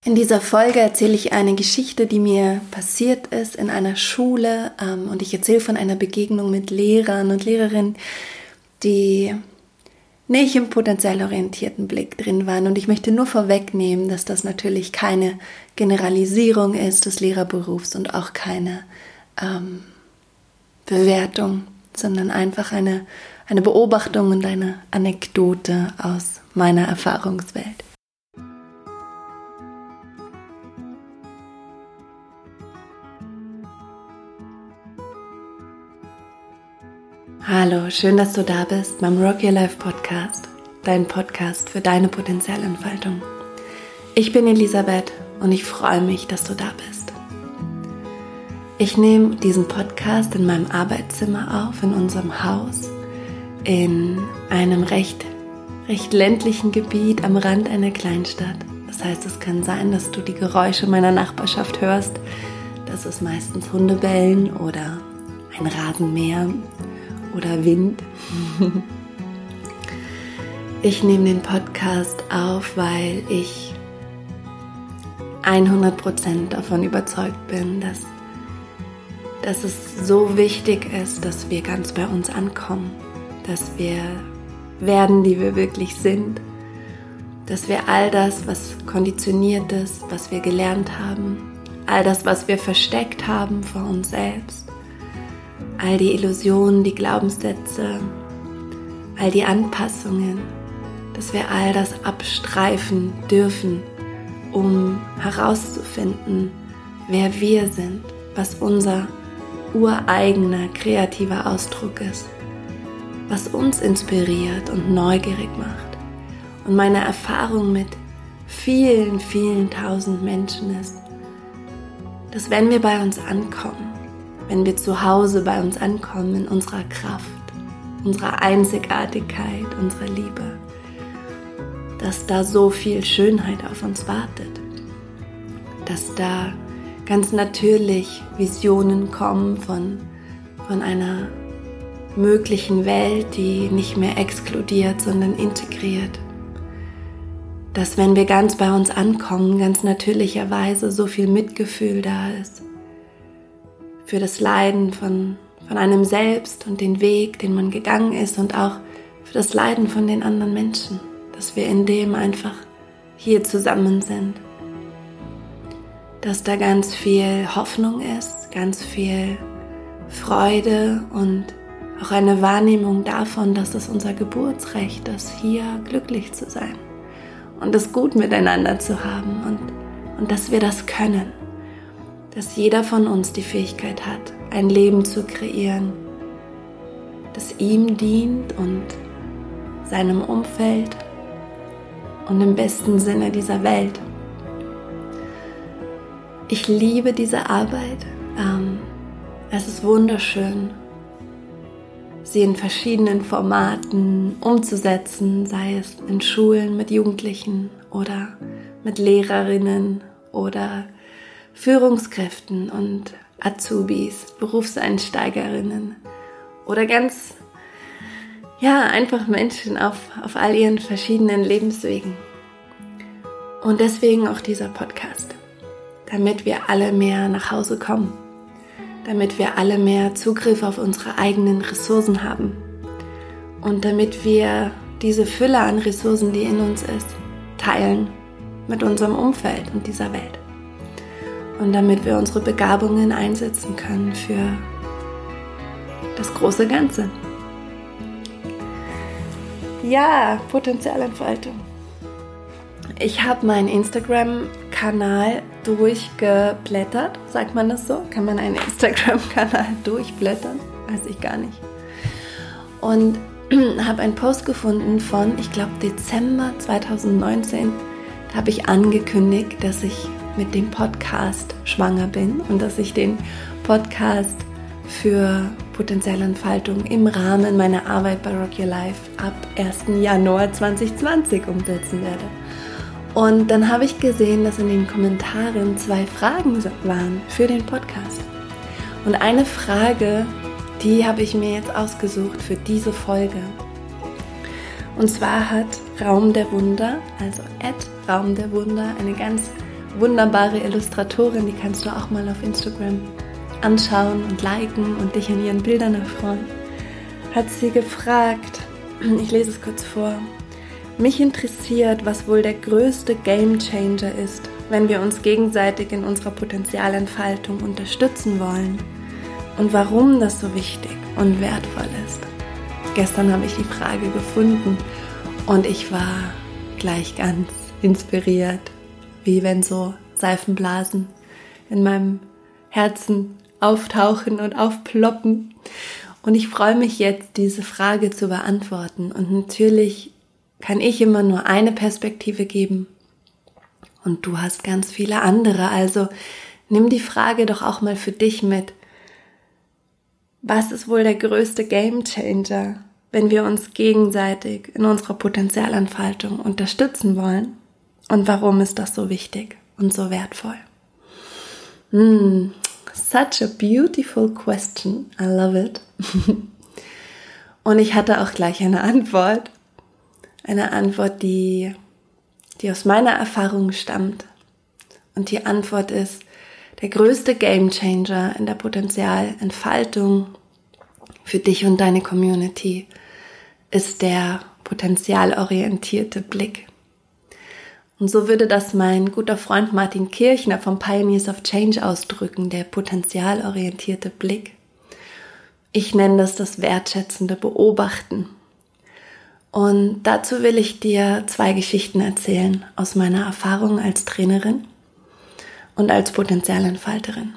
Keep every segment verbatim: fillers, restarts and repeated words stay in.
In dieser Folge erzähle ich eine Geschichte, die mir passiert ist in einer Schule, ähm, und ich erzähle von einer Begegnung mit Lehrern und Lehrerinnen, die nicht im potenziell orientierten Blick drin waren. Und ich möchte nur vorwegnehmen, dass das natürlich keine Generalisierung ist des Lehrerberufs und auch keine ähm, Bewertung, sondern einfach eine, eine Beobachtung und eine Anekdote aus meiner Erfahrungswelt. Hallo, schön, dass du da bist beim Rock Your Life Podcast, dein Podcast für deine Potenzialentfaltung. Ich bin Elisabeth und ich freue mich, dass du da bist. Ich nehme diesen Podcast in meinem Arbeitszimmer auf, in unserem Haus, in einem recht, recht ländlichen Gebiet am Rand einer Kleinstadt. Das heißt, es kann sein, dass du die Geräusche meiner Nachbarschaft hörst. Das ist meistens Hundebellen oder ein Rasenmäher oder Wind. Ich nehme den Podcast auf, weil ich hundert Prozent davon überzeugt bin, dass, dass es so wichtig ist, dass wir ganz bei uns ankommen, dass wir werden, die wir wirklich sind, dass wir all das, was konditioniert ist, was wir gelernt haben, all das, was wir versteckt haben vor uns selbst, all die Illusionen, die Glaubenssätze, all die Anpassungen, dass wir all das abstreifen dürfen, um herauszufinden, wer wir sind, was unser ureigener kreativer Ausdruck ist, was uns inspiriert und neugierig macht. Und meine Erfahrung mit vielen, vielen tausend Menschen ist, dass wenn wir bei uns ankommen, wenn wir zu Hause bei uns ankommen in unserer Kraft, unserer Einzigartigkeit, unserer Liebe, dass da so viel Schönheit auf uns wartet, dass da ganz natürlich Visionen kommen von, von einer möglichen Welt, die nicht mehr exkludiert, sondern integriert, dass wenn wir ganz bei uns ankommen, ganz natürlicherweise so viel Mitgefühl da ist, für das Leiden von, von einem selbst und den Weg, den man gegangen ist und auch für das Leiden von den anderen Menschen, dass wir in dem einfach hier zusammen sind. Dass da ganz viel Hoffnung ist, ganz viel Freude und auch eine Wahrnehmung davon, dass es unser Geburtsrecht ist, hier glücklich zu sein und es gut miteinander zu haben und, und dass wir das können. Dass jeder von uns die Fähigkeit hat, ein Leben zu kreieren, das ihm dient und seinem Umfeld und im besten Sinne dieser Welt. Ich liebe diese Arbeit. Es ist wunderschön, sie in verschiedenen Formaten umzusetzen, sei es in Schulen mit Jugendlichen oder mit Lehrerinnen oder Führungskräften und Azubis, Berufseinsteigerinnen oder ganz, ja, einfach Menschen auf, auf all ihren verschiedenen Lebenswegen. Und deswegen auch dieser Podcast, damit wir alle mehr nach Hause kommen, damit wir alle mehr Zugriff auf unsere eigenen Ressourcen haben und damit wir diese Fülle an Ressourcen, die in uns ist, teilen mit unserem Umfeld und dieser Welt. Und damit wir unsere Begabungen einsetzen können für das große Ganze. Ja, Potenzialentfaltung. Ich habe meinen Instagram-Kanal durchgeblättert. Sagt man das so? Kann man einen Instagram-Kanal durchblättern? Weiß ich gar nicht. Und habe einen Post gefunden von, ich glaube, Dezember zwanzig neunzehn. Da habe ich angekündigt, dass ich mit dem Podcast schwanger bin und dass ich den Podcast für Potenzialentfaltung im Rahmen meiner Arbeit bei Rock Your Life ab ersten Januar zwanzig zwanzig umsetzen werde. Und dann habe ich gesehen, dass in den Kommentaren zwei Fragen waren für den Podcast. Und eine Frage, die habe ich mir jetzt ausgesucht für diese Folge. Und zwar hat Raum der Wunder, also at Raum der Wunder, eine ganz wunderbare Illustratorin, die kannst du auch mal auf Instagram anschauen und liken und dich an ihren Bildern erfreuen, hat sie gefragt, ich lese es kurz vor: Mich interessiert, was wohl der größte Gamechanger ist, wenn wir uns gegenseitig in unserer Potenzialentfaltung unterstützen wollen und warum das so wichtig und wertvoll ist. Gestern habe ich die Frage gefunden und ich war gleich ganz inspiriert, wie wenn so Seifenblasen in meinem Herzen auftauchen und aufploppen. Und ich freue mich jetzt, diese Frage zu beantworten. Und natürlich kann ich immer nur eine Perspektive geben und du hast ganz viele andere. Also nimm die Frage doch auch mal für dich mit. Was ist wohl der größte Gamechanger, wenn wir uns gegenseitig in unserer Potenzialentfaltung unterstützen wollen? Und warum ist das so wichtig und so wertvoll? Mm, such a beautiful question. I love it. Und ich hatte auch gleich eine Antwort. Eine Antwort, die, die aus meiner Erfahrung stammt. Und die Antwort ist: Der größte Gamechanger in der Potenzialentfaltung für dich und deine Community ist der potenzialorientierte Blick. Und so würde das mein guter Freund Martin Kirchner vom Pioneers of Change ausdrücken, der potenzialorientierte Blick. Ich nenne das das wertschätzende Beobachten. Und dazu will ich dir zwei Geschichten erzählen aus meiner Erfahrung als Trainerin und als Potenzialentfalterin.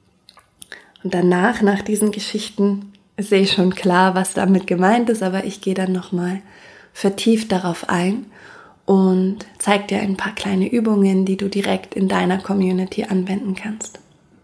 Und danach, nach diesen Geschichten, sehe ich schon klar, was damit gemeint ist, aber ich gehe dann nochmal vertieft darauf ein und zeige dir ein paar kleine Übungen, die du direkt in deiner Community anwenden kannst.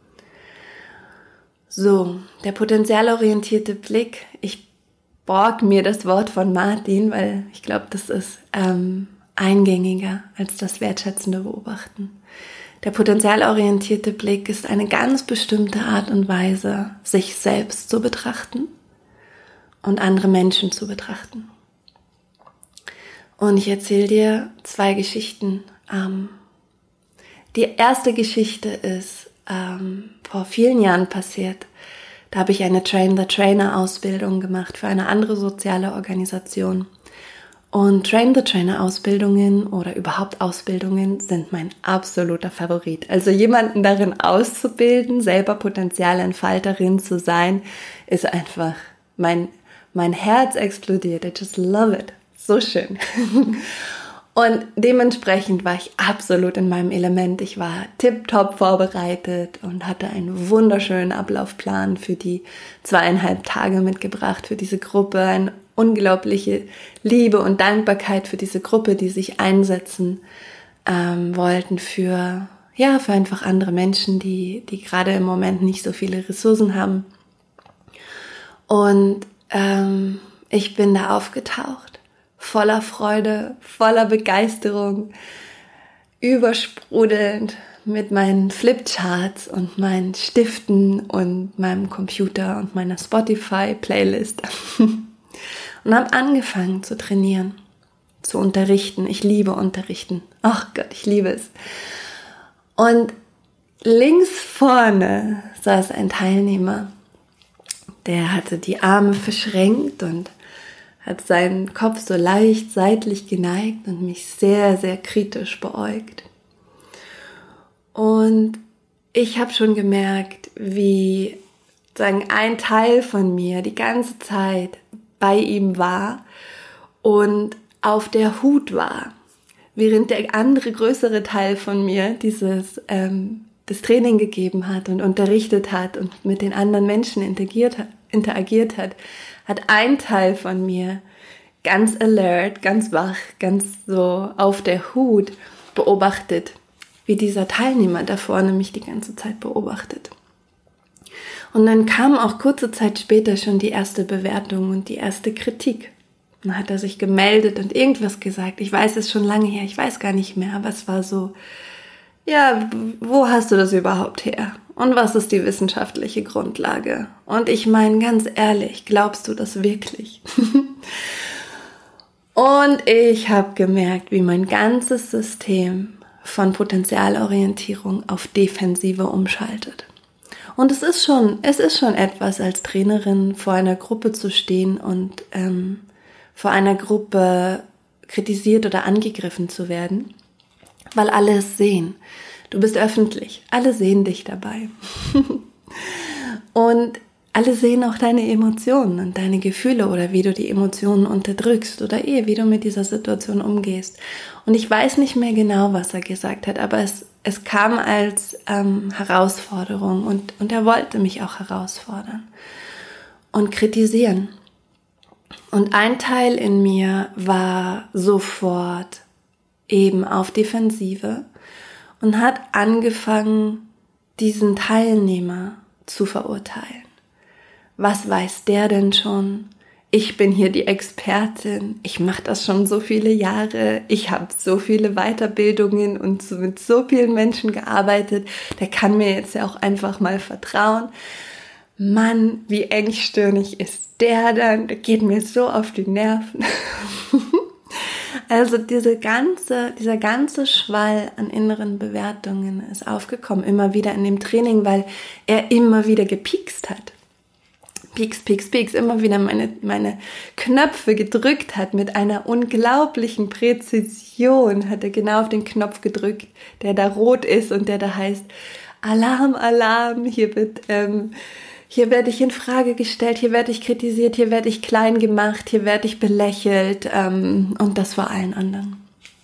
So, der potenzialorientierte Blick. Ich borg mir das Wort von Martin, weil ich glaube, das ist ähm, eingängiger als das wertschätzende Beobachten. Der potenzialorientierte Blick ist eine ganz bestimmte Art und Weise, sich selbst zu betrachten und andere Menschen zu betrachten. Und ich erzähle dir zwei Geschichten. Ähm, die erste Geschichte ist ähm, vor vielen Jahren passiert. Da habe ich eine Train-the-Trainer-Ausbildung gemacht für eine andere soziale Organisation. Und Train-the-Trainer-Ausbildungen oder überhaupt Ausbildungen sind mein absoluter Favorit. Also jemanden darin auszubilden, selber Potenzialentfalterin zu sein, ist einfach, mein, mein Herz explodiert. I just love it. So schön. Und dementsprechend war ich absolut in meinem Element. Ich war tipptopp vorbereitet und hatte einen wunderschönen Ablaufplan für die zweieinhalb Tage mitgebracht, für diese Gruppe. Eine unglaubliche Liebe und Dankbarkeit für diese Gruppe, die sich einsetzen ähm, wollten für, ja, für einfach andere Menschen, die, die gerade im Moment nicht so viele Ressourcen haben. Und ähm, ich bin da aufgetaucht. Voller Freude, voller Begeisterung, übersprudelnd mit meinen Flipcharts und meinen Stiften und meinem Computer und meiner Spotify-Playlist und habe angefangen zu trainieren, zu unterrichten. Ich liebe Unterrichten. Ach Gott, ich liebe es. Und links vorne saß ein Teilnehmer, der hatte die Arme verschränkt und hat seinen Kopf so leicht seitlich geneigt und mich sehr, sehr kritisch beäugt. Und ich habe schon gemerkt, wie sagen, ein Teil von mir die ganze Zeit bei ihm war und auf der Hut war, während der andere größere Teil von mir dieses ähm, das Training gegeben hat und unterrichtet hat und mit den anderen Menschen interagiert hat, interagiert hat, hat ein Teil von mir ganz alert, ganz wach, ganz so auf der Hut beobachtet, wie dieser Teilnehmer da vorne mich die ganze Zeit beobachtet. Und dann kam auch kurze Zeit später schon die erste Bewertung und die erste Kritik. Dann hat er sich gemeldet und irgendwas gesagt. Ich weiß es schon lange her, ich weiß gar nicht mehr, aber es war so, ja, wo hast du das überhaupt her? Und was ist die wissenschaftliche Grundlage? Und ich meine, ganz ehrlich, glaubst du das wirklich? Und ich habe gemerkt, wie mein ganzes System von Potenzialorientierung auf Defensive umschaltet. Und es ist schon, es ist schon etwas, als Trainerin vor einer Gruppe zu stehen und ähm, vor einer Gruppe kritisiert oder angegriffen zu werden, weil alle es sehen. Du bist öffentlich, alle sehen dich dabei. Und alle sehen auch deine Emotionen und deine Gefühle oder wie du die Emotionen unterdrückst oder eh, wie du mit dieser Situation umgehst. Und ich weiß nicht mehr genau, was er gesagt hat, aber es, es kam als ähm, Herausforderung und, und er wollte mich auch herausfordern und kritisieren. Und ein Teil in mir war sofort eben auf Defensive und hat angefangen, diesen Teilnehmer zu verurteilen. Was weiß der denn schon? Ich bin hier die Expertin. Ich mache das schon so viele Jahre. Ich habe so viele Weiterbildungen und so mit so vielen Menschen gearbeitet. Der kann mir jetzt ja auch einfach mal vertrauen. Mann, wie engstirnig ist der dann? Der geht mir so auf die Nerven. Also diese ganze, dieser ganze Schwall an inneren Bewertungen ist aufgekommen, immer wieder in dem Training, weil er immer wieder gepiekst hat. Pieks, pieks, pieks, immer wieder meine, meine Knöpfe gedrückt hat mit einer unglaublichen Präzision, hat er genau auf den Knopf gedrückt, der da rot ist und der da heißt, Alarm, Alarm, hier wird, ähm, hier werde ich in Frage gestellt, hier werde ich kritisiert, hier werde ich klein gemacht, hier werde ich belächelt, ähm, und das vor allen anderen.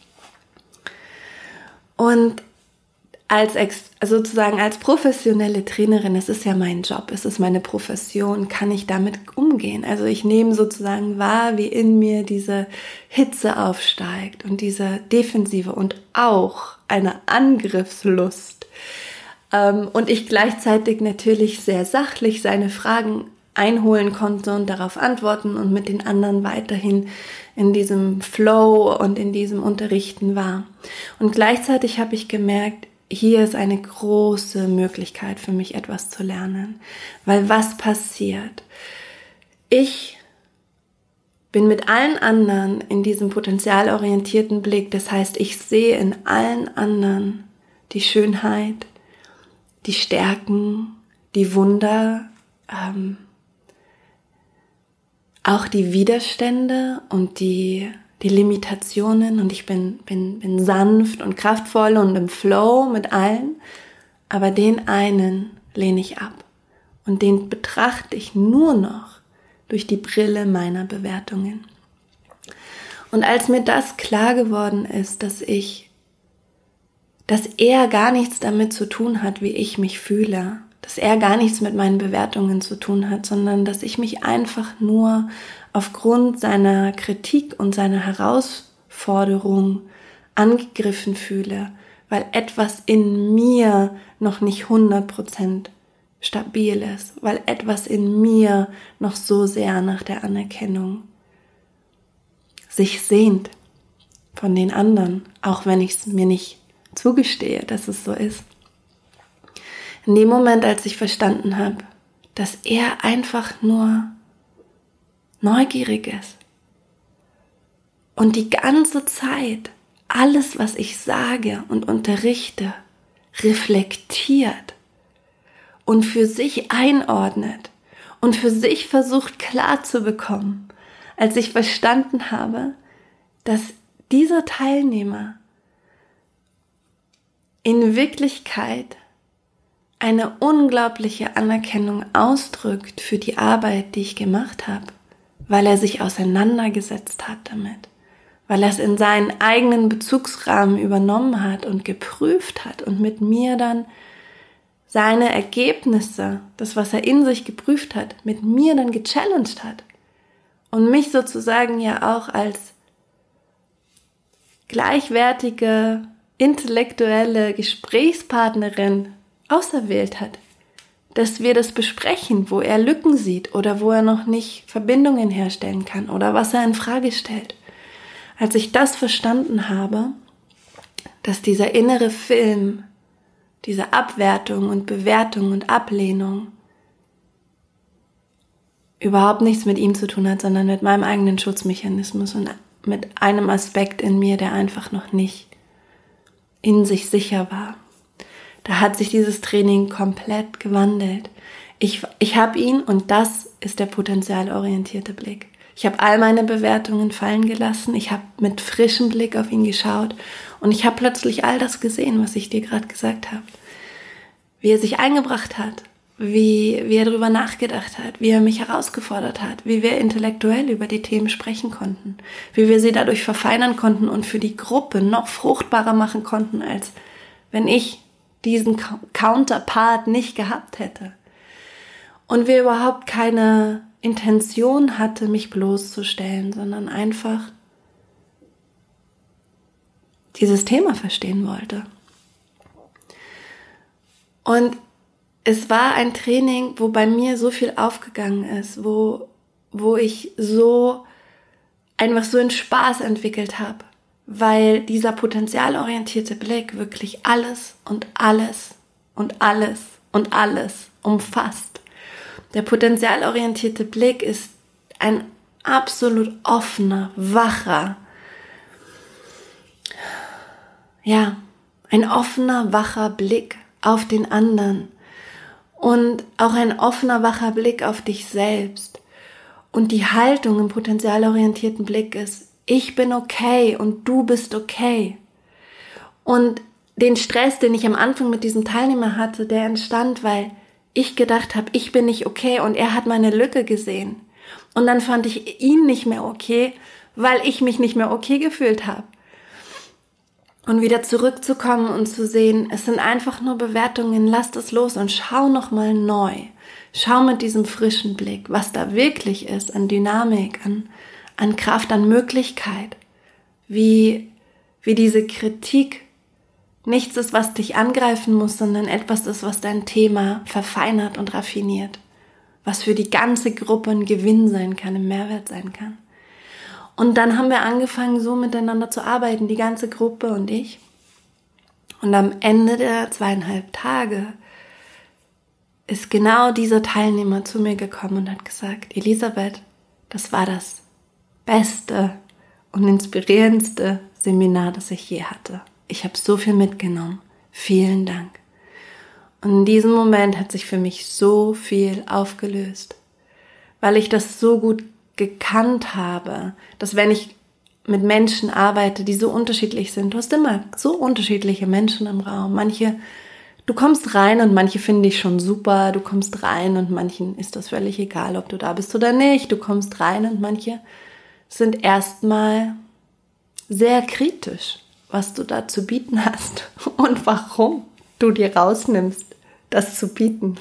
Und als ex, sozusagen als professionelle Trainerin, es ist ja mein Job, es ist meine Profession, kann ich damit umgehen. Also ich nehme sozusagen wahr, wie in mir diese Hitze aufsteigt und diese Defensive und auch eine Angriffslust. Ähm, und ich gleichzeitig natürlich sehr sachlich seine Fragen einholen konnte und darauf antworten und mit den anderen weiterhin in diesem Flow und in diesem Unterrichten war. Und gleichzeitig habe ich gemerkt, hier ist eine große Möglichkeit für mich, etwas zu lernen. Weil was passiert? Ich bin mit allen anderen in diesem potenzialorientierten Blick. Das heißt, ich sehe in allen anderen die Schönheit, die Stärken, die Wunder, ähm, auch die Widerstände und die die Limitationen und ich bin, bin, bin sanft und kraftvoll und im Flow mit allen, aber den einen lehne ich ab und den betrachte ich nur noch durch die Brille meiner Bewertungen. Und als mir das klar geworden ist, dass ich, dass er gar nichts damit zu tun hat, wie ich mich fühle, dass er gar nichts mit meinen Bewertungen zu tun hat, sondern dass ich mich einfach nur aufgrund seiner Kritik und seiner Herausforderung angegriffen fühle, weil etwas in mir noch nicht hundert Prozent stabil ist, weil etwas in mir noch so sehr nach der Anerkennung sich sehnt von den anderen, auch wenn ich es mir nicht zugestehe, dass es so ist. In dem Moment, als ich verstanden habe, dass er einfach nur neugierig ist und die ganze Zeit alles, was ich sage und unterrichte, reflektiert und für sich einordnet und für sich versucht klar zu bekommen, als ich verstanden habe, dass dieser Teilnehmer in Wirklichkeit eine unglaubliche Anerkennung ausdrückt für die Arbeit, die ich gemacht habe, weil er sich auseinandergesetzt hat damit, weil er es in seinen eigenen Bezugsrahmen übernommen hat und geprüft hat und mit mir dann seine Ergebnisse, das, was er in sich geprüft hat, mit mir dann gechallenged hat und mich sozusagen ja auch als gleichwertige, intellektuelle Gesprächspartnerin auserwählt hat, dass wir das besprechen, wo er Lücken sieht oder wo er noch nicht Verbindungen herstellen kann oder was er in Frage stellt. Als ich das verstanden habe, dass dieser innere Film, diese Abwertung und Bewertung und Ablehnung überhaupt nichts mit ihm zu tun hat, sondern mit meinem eigenen Schutzmechanismus und mit einem Aspekt in mir, der einfach noch nicht in sich sicher war. Da hat sich dieses Training komplett gewandelt. Ich, ich habe ihn, und das ist der potenzialorientierte Blick. Ich habe all meine Bewertungen fallen gelassen. Ich habe mit frischem Blick auf ihn geschaut und ich habe plötzlich all das gesehen, was ich dir gerade gesagt habe. Wie er sich eingebracht hat, wie, wie er darüber nachgedacht hat, wie er mich herausgefordert hat, wie wir intellektuell über die Themen sprechen konnten, wie wir sie dadurch verfeinern konnten und für die Gruppe noch fruchtbarer machen konnten, als wenn ich diesen Counterpart nicht gehabt hätte. Und wir überhaupt keine Intention hatte, mich bloßzustellen, sondern einfach dieses Thema verstehen wollte. Und es war ein Training, wo bei mir so viel aufgegangen ist, wo, wo ich so einfach so einen Spaß entwickelt habe, weil dieser potenzialorientierte Blick wirklich alles und alles und alles und alles umfasst. Der potenzialorientierte Blick ist ein absolut offener, wacher, ja, ein offener, wacher Blick auf den anderen und auch ein offener, wacher Blick auf dich selbst. Und die Haltung im potenzialorientierten Blick ist, ich bin okay und du bist okay. Und den Stress, den ich am Anfang mit diesem Teilnehmer hatte, der entstand, weil ich gedacht habe, ich bin nicht okay und er hat meine Lücke gesehen. Und dann fand ich ihn nicht mehr okay, weil ich mich nicht mehr okay gefühlt habe. Und wieder zurückzukommen und zu sehen, es sind einfach nur Bewertungen, lass das los und schau nochmal neu. Schau mit diesem frischen Blick, was da wirklich ist an Dynamik, an, an Kraft, an Möglichkeit. Wie, wie diese Kritik nichts ist, was dich angreifen muss, sondern etwas ist, was dein Thema verfeinert und raffiniert. Was für die ganze Gruppe ein Gewinn sein kann, ein Mehrwert sein kann. Und dann haben wir angefangen, so miteinander zu arbeiten, die ganze Gruppe und ich. Und am Ende der zweieinhalb Tage ist genau dieser Teilnehmer zu mir gekommen und hat gesagt, Elisabeth, das war das beste und inspirierendste Seminar, das ich je hatte. Ich habe so viel mitgenommen. Vielen Dank. Und in diesem Moment hat sich für mich so viel aufgelöst, weil ich das so gut gekannt habe, dass wenn ich mit Menschen arbeite, die so unterschiedlich sind, du hast immer so unterschiedliche Menschen im Raum. Manche, du kommst rein und manche finden dich schon super, du kommst rein und manchen ist das völlig egal, ob du da bist oder nicht. Du kommst rein und manche sind erstmal sehr kritisch, was du da zu bieten hast und warum du dir rausnimmst, das zu bieten.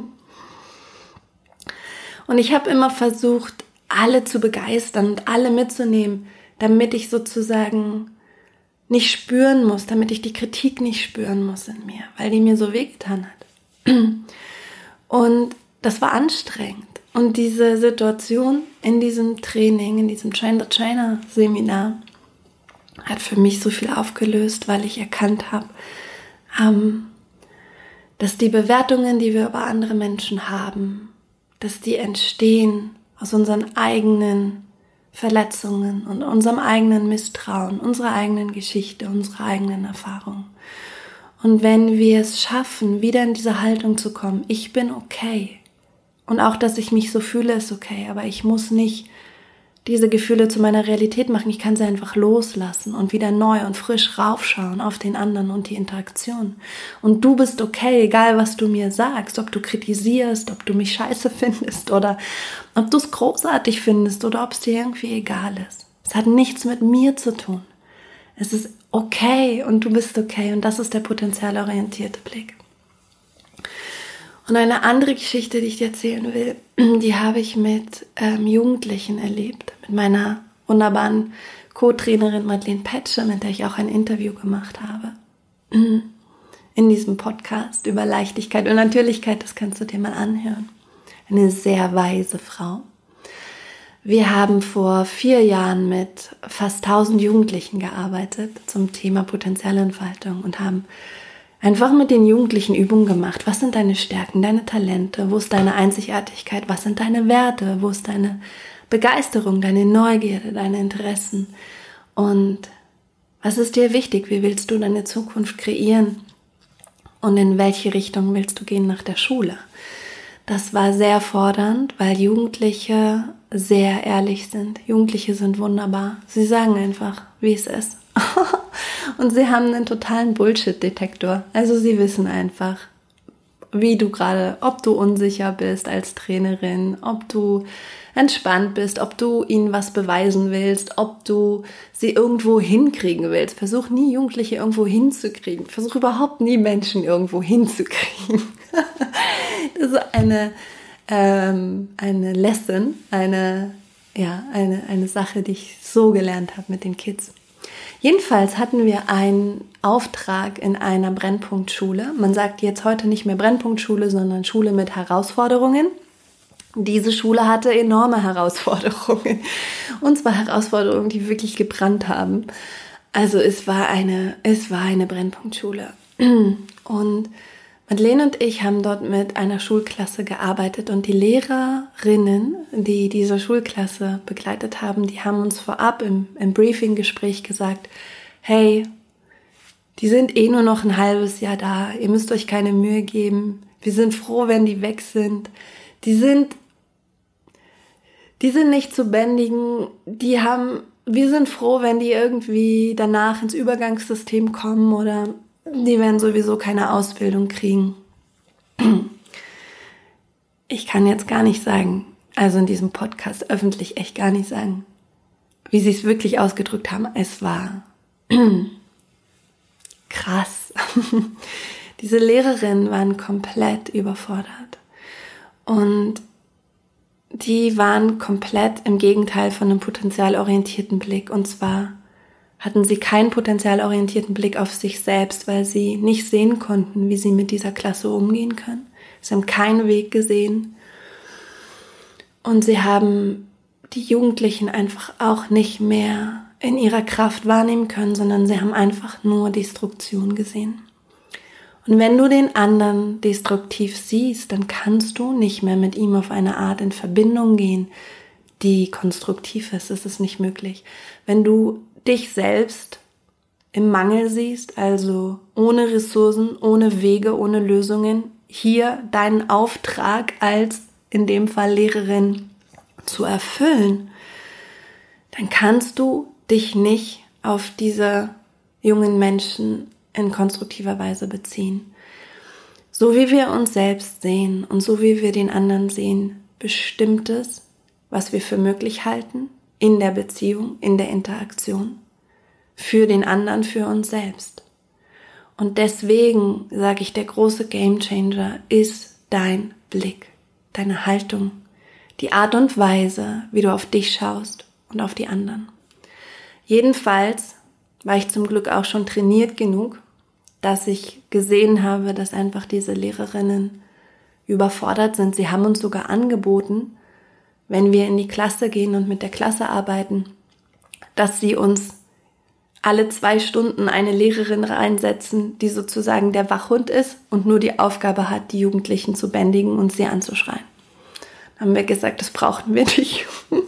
Und ich habe immer versucht, alle zu begeistern und alle mitzunehmen, damit ich sozusagen nicht spüren muss, damit ich die Kritik nicht spüren muss in mir, weil die mir so wehgetan hat. Und das war anstrengend. Und diese Situation in diesem Training, in diesem Train-the-Trainer-Seminar hat für mich so viel aufgelöst, weil ich erkannt habe, ähm, dass die Bewertungen, die wir über andere Menschen haben, dass die entstehen aus unseren eigenen Verletzungen und unserem eigenen Misstrauen, unserer eigenen Geschichte, unserer eigenen Erfahrung. Und wenn wir es schaffen, wieder in diese Haltung zu kommen, ich bin okay. Und auch, dass ich mich so fühle, ist okay, aber ich muss nicht diese Gefühle zu meiner Realität machen. Ich kann sie einfach loslassen und wieder neu und frisch raufschauen auf den anderen und die Interaktion. Und du bist okay, egal was du mir sagst, ob du kritisierst, ob du mich scheiße findest oder ob du es großartig findest oder ob es dir irgendwie egal ist. Es hat nichts mit mir zu tun. Es ist okay und du bist okay und das ist der potenzialorientierte Blick. Und eine andere Geschichte, die ich dir erzählen will, die habe ich mit ähm, Jugendlichen erlebt. Mit meiner wunderbaren Co-Trainerin Madeleine Petsche, mit der ich auch ein Interview gemacht habe. In diesem Podcast über Leichtigkeit und Natürlichkeit, das kannst du dir mal anhören. Eine sehr weise Frau. Wir haben vor vier Jahren mit fast tausend Jugendlichen gearbeitet zum Thema Potenzialentfaltung und haben einfach mit den Jugendlichen Übungen gemacht. Was sind deine Stärken, deine Talente? Wo ist deine Einzigartigkeit? Was sind deine Werte? Wo ist deine Begeisterung, deine Neugierde, deine Interessen? Und Was ist dir wichtig? Wie willst du deine Zukunft kreieren? Und in welche Richtung willst du gehen nach der Schule? Das war sehr fordernd, weil Jugendliche sehr ehrlich sind. Jugendliche sind wunderbar. Sie sagen einfach, wie es ist. Und sie haben einen totalen Bullshit-Detektor. Also sie wissen einfach, wie du gerade, ob du unsicher bist als Trainerin, ob du entspannt bist, ob du ihnen was beweisen willst, ob du sie irgendwo hinkriegen willst. Versuch nie, Jugendliche irgendwo hinzukriegen. Versuch überhaupt nie, Menschen irgendwo hinzukriegen. Das ist eine, ähm, eine Lesson, eine, ja, eine, eine Sache, die ich so gelernt habe mit den Kids. Jedenfalls hatten wir einen Auftrag in einer Brennpunktschule. Man sagt jetzt heute nicht mehr Brennpunktschule, sondern Schule mit Herausforderungen. Diese Schule hatte enorme Herausforderungen. Und zwar Herausforderungen, die wirklich gebrannt haben. Also es war eine, es war eine Brennpunktschule. Und Madeleine und ich haben dort mit einer Schulklasse gearbeitet und die Lehrerinnen, die diese Schulklasse begleitet haben, die haben uns vorab im, im Briefing-Gespräch gesagt, hey, die sind eh nur noch ein halbes Jahr da, ihr müsst euch keine Mühe geben, wir sind froh, wenn die weg sind, die sind, die sind nicht zu bändigen, die haben, wir sind froh, wenn die irgendwie danach ins Übergangssystem kommen oder die werden sowieso keine Ausbildung kriegen. Ich kann jetzt gar nicht sagen, also in diesem Podcast öffentlich echt gar nicht sagen, wie sie es wirklich ausgedrückt haben. Es war krass. Diese Lehrerinnen waren komplett überfordert. Und die waren komplett im Gegenteil von einem potenzialorientierten Blick. Und zwar hatten sie keinen potenzialorientierten Blick auf sich selbst, weil sie nicht sehen konnten, wie sie mit dieser Klasse umgehen können. Sie haben keinen Weg gesehen. Und sie haben die Jugendlichen einfach auch nicht mehr in ihrer Kraft wahrnehmen können, sondern sie haben einfach nur Destruktion gesehen. Und wenn du den anderen destruktiv siehst, dann kannst du nicht mehr mit ihm auf eine Art in Verbindung gehen, die konstruktiv ist. Das ist nicht möglich. Wenn du dich selbst im Mangel siehst, also ohne Ressourcen, ohne Wege, ohne Lösungen, hier deinen Auftrag als in dem Fall Lehrerin zu erfüllen, dann kannst du dich nicht auf diese jungen Menschen in konstruktiver Weise beziehen. So wie wir uns selbst sehen und so wie wir den anderen sehen, bestimmt es, was wir für möglich halten, in der Beziehung, in der Interaktion, für den anderen, für uns selbst. Und deswegen sage ich, der große Gamechanger ist dein Blick, deine Haltung, die Art und Weise, wie du auf dich schaust und auf die anderen. Jedenfalls war ich zum Glück auch schon trainiert genug, dass ich gesehen habe, dass einfach diese Lehrerinnen überfordert sind. Sie haben uns sogar angeboten, wenn wir in die Klasse gehen und mit der Klasse arbeiten, dass sie uns alle zwei Stunden eine Lehrerin reinsetzen, die sozusagen der Wachhund ist und nur die Aufgabe hat, die Jugendlichen zu bändigen und sie anzuschreien. Dann haben wir gesagt, das brauchen wir nicht.